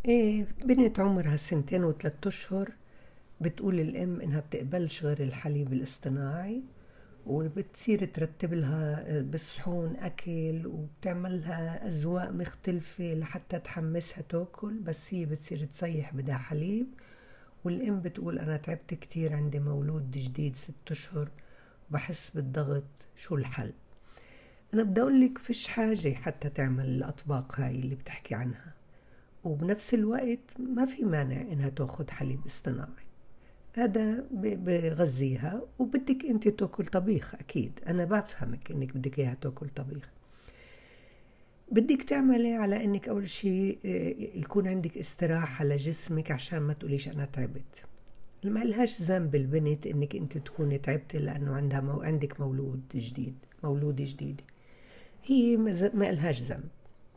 ايه، بنت عمرها 2 و3 اشهر بتقول الام انها بتقبلش غير الحليب الاصطناعي، وبتصير ترتب لها بالصحون اكل وبتعمل لها اذواق مختلفة لحتى تحمسها تاكل، بس هي بتصير تصيح بدها حليب. والام بتقول انا تعبت كتير، عندي مولود جديد 6 اشهر وبحس بالضغط، شو الحل؟ انا بدي اقولك فيش حاجة حتى تعمل الاطباق هاي اللي بتحكي عنها، وبنفس الوقت ما في مانع انها تاخد حليب اصطناعي. هذا بغذيها، وبدك انت تاكل طبيخ. اكيد انا بفهمك انك بدك اياها تاكل طبيخ. بدك تعملي على انك اول شيء يكون عندك استراحة لجسمك عشان ما تقوليش انا تعبت. ما لهاش ذنب البنت انك انت تكوني تعبتي لانه عندك مولود جديد، مولودة جديدة. هي ما لهاش ذنب.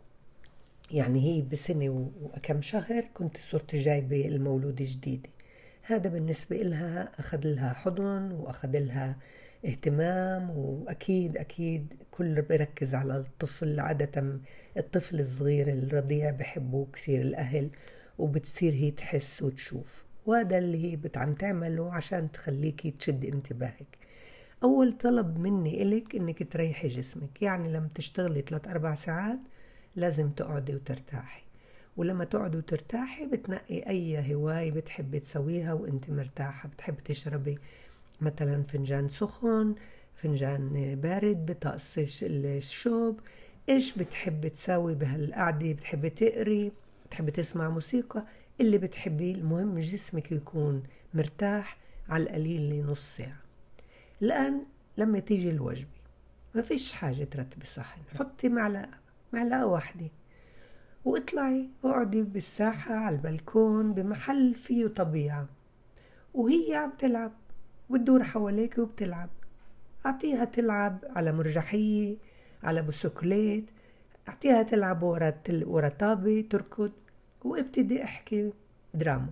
يعني هي بسنة وكم شهر كنت صرت جايبة المولود جديدة. هذا بالنسبة إلها أخذ لها حضن وأخذ لها اهتمام، وأكيد أكيد كل بيركز على الطفل. عادة الطفل الصغير الرضيع بحبه كثير الأهل، وبتصير هي تحس وتشوف، وهذا اللي هي عم تعمله عشان تخليكي تشد انتباهك. أول طلب مني إلك إنك تريحي جسمك، يعني لما تشتغلي 3 4 ساعات لازم تقعدي وترتاحي. ولما تقعدي وترتاحي بتنقي أي هواية بتحبي تسويها وانت مرتاحة. بتحبي تشربي مثلا فنجان سخن، فنجان بارد بتقصش الشوب. ايش بتحبي تسوي بهالقعدة؟ بتحبي تقري، بتحبي تسمع موسيقى، اللي بتحبيه. المهم جسمك يكون مرتاح على القليل لنص ساعة. الآن لما تيجي الوجبة ما فيش حاجة ترتبي صحن، حطي معلقة واحدة واطلعي اقعدي بالساحة على البلكون بمحل فيه طبيعة، وهي عم تلعب وتدور حواليك وبتلعب. اعطيها تلعب على مرجحية، على بسكليت، اعطيها تلعب ورا طابة تركض، وابتدي احكي دراما.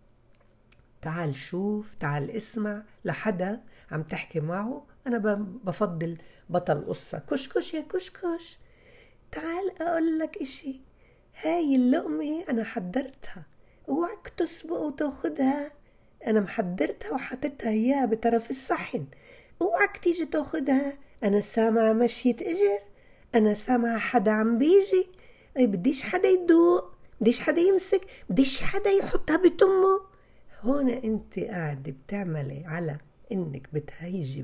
تعال شوف، تعال اسمع لحدا عم تحكي معه. أنا بفضل بطل قصة. كشكش يا كشكش، تعال أقول لك إشي. هاي اللقمة أنا حضرتها، اوعك تسبق وتاخدها. أنا محضرتها وحطيتها إياها بطرف الصحن، اوعك تيجي تاخدها. أنا سامعة مشية إجر، أنا سامعة حدا عم بيجي. أي بديش حدا يدوق، بديش حدا يمسك، بديش حدا يحطها بتمه. هون انت قاعدة بتعملي على انك بتهيجي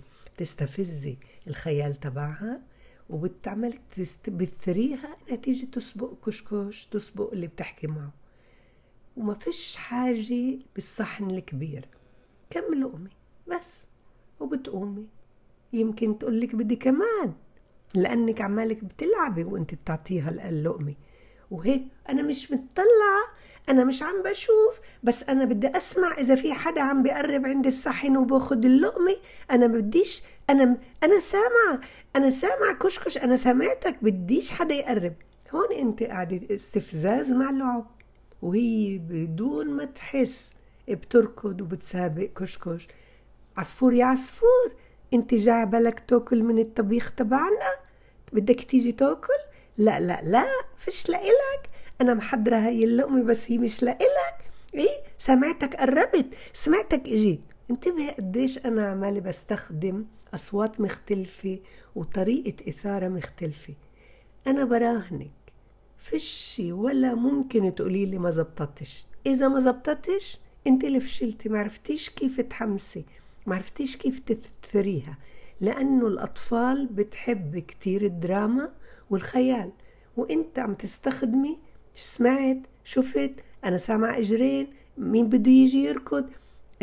بتستفزي الخيال تبعها، وبتعمل بتثريها انها تيجي تسبق كشكش، تسبق اللي بتحكي معه. وما فيش حاجة بالصحن الكبير، كم لقمة بس وبتقومي. يمكن تقولك بدي كمان، لأنك عمالك بتلعبي وانت بتعطيها اللقمة. وهيك أنا مش متطلعة، أنا مش عم بشوف، بس أنا بدي أسمع إذا في حدا عم بيقرب عند الصحن وباخد اللقمة. أنا بديش، أنا سامعة، أنا سامعة كشكش، أنا سمعتك، بديش حدا يقرب. هون أنت قاعدة استفزاز مع اللعب، وهي بدون ما تحس بتركض وبتسابق كشكش. عصفور يا عصفور، انت جاي بالك تاكل من الطبيخ تبعنا؟ بدك تيجي تاكل؟ لا لا لا، فيش لإلك. انا محضرة هاي اللقمة بس هي مش لإلك. ايه، سمعتك قربت، سمعتك اجيت. انتبه قديش انا عمالي بستخدم اصوات مختلفة وطريقة اثارة مختلفة. انا براهنك فيش ولا ممكن تقوليلي ما زبطتش. اذا ما زبطتش انت اللي فشلتي، معرفتيش كيف تحمسي، معرفتيش كيف تثريها. لانه الاطفال بتحب كتير الدراما والخيال، وانت عم تستخدمي سمعت، شفت، انا سامع اجرين، مين بده يجي يركض،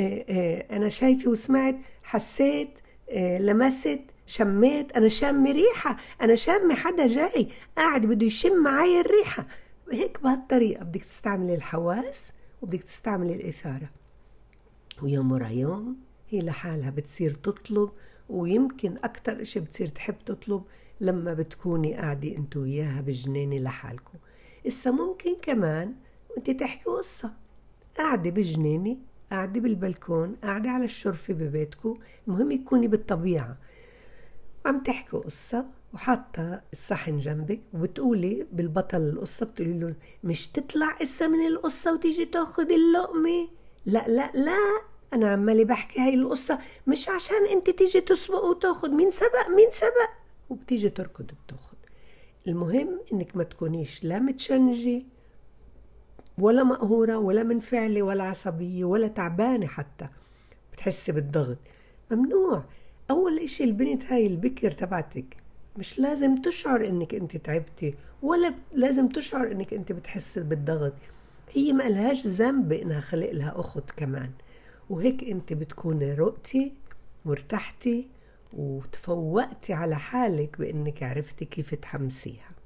انا شايفه وسمعت، حسيت، لمست، شميت، انا شامي ريحة، انا شامي حدا جاي قاعد بده يشم معايا الريحة. هيك بهالطريقة بدك تستعملي الحواس وبدك تستعملي الإثارة. ويوم ورا يوم هي لحالها بتصير تطلب، ويمكن أكتر إشي بتصير تحب تطلب لما بتكوني قاعدة انتو وياها بجنينة لحالكم. إسا ممكن كمان وانت تحكي قصة، قاعدة بجنينة، قاعدة بالبلكون، قاعدة على الشرفة ببيتكم، المهم يكوني بالطبيعة، عم تحكي قصة وحاطة الصحن جنبك وبتقولي بالبطل القصة، بتقولي له مش تطلع إسا من القصة وتيجي تاخد اللقمة. لا لا لا، أنا عمالي بحكي هاي القصة مش عشان أنت تيجي تسبق وتاخد. مين سبق مين سبق؟ وبتيجي تركض بتاخد. المهم إنك ما تكونيش لا متشنجة ولا مقهورة ولا منفعلة ولا عصبية ولا تعبانة حتى بتحسي بالضغط. ممنوع. أول إشي البنت هاي البكر تبعتك مش لازم تشعر إنك أنت تعبتي، ولا لازم تشعر إنك أنت بتحسي بالضغط. هي ما لهاش ذنب إنها خلق لها أخت كمان. وهيك أنت بتكوني رقتي وارتحتي وتفوقتي على حالك بإنك عرفتي كيف تحمسيها.